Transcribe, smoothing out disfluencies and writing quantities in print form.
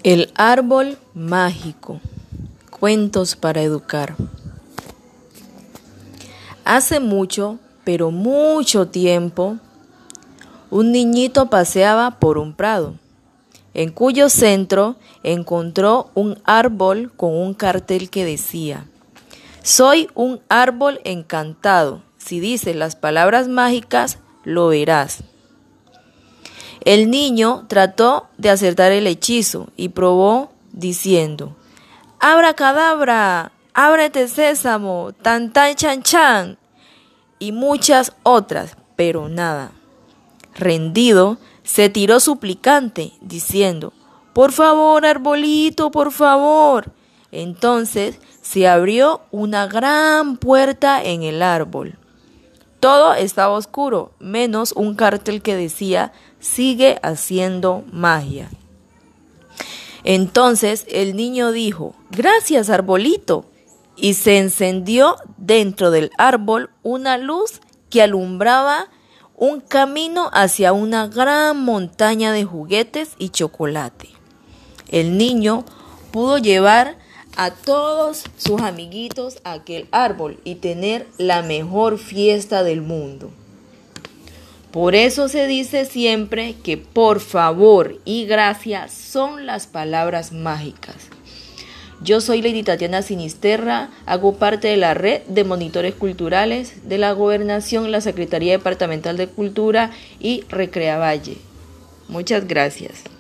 El árbol mágico. Cuentos para educar. Hace mucho, pero mucho tiempo, un niñito paseaba por un prado, en cuyo centro encontró un árbol con un cartel que decía: «Soy un árbol encantado. Si dices las palabras mágicas, lo verás». El niño trató de acertar el hechizo y probó diciendo: «Abracadabra, ábrete sésamo, tan tan chan chan», y muchas otras, pero nada. Rendido, se tiró suplicante, diciendo: «Por favor, arbolito, por favor». Entonces se abrió una gran puerta en el árbol. Todo estaba oscuro, menos un cartel que decía: «Sigue haciendo magia». Entonces el niño dijo: «Gracias, arbolito», y se encendió dentro del árbol una luz que alumbraba un camino hacia una gran montaña de juguetes y chocolate. El niño pudo llevar a todos sus amiguitos a aquel árbol y tener la mejor fiesta del mundo. Por eso se dice siempre que por favor y gracias son las palabras mágicas. Yo soy Lady Tatiana Sinisterra, hago parte de la red de monitores culturales de la Gobernación, la Secretaría Departamental de Cultura y Recreavalle. Muchas gracias.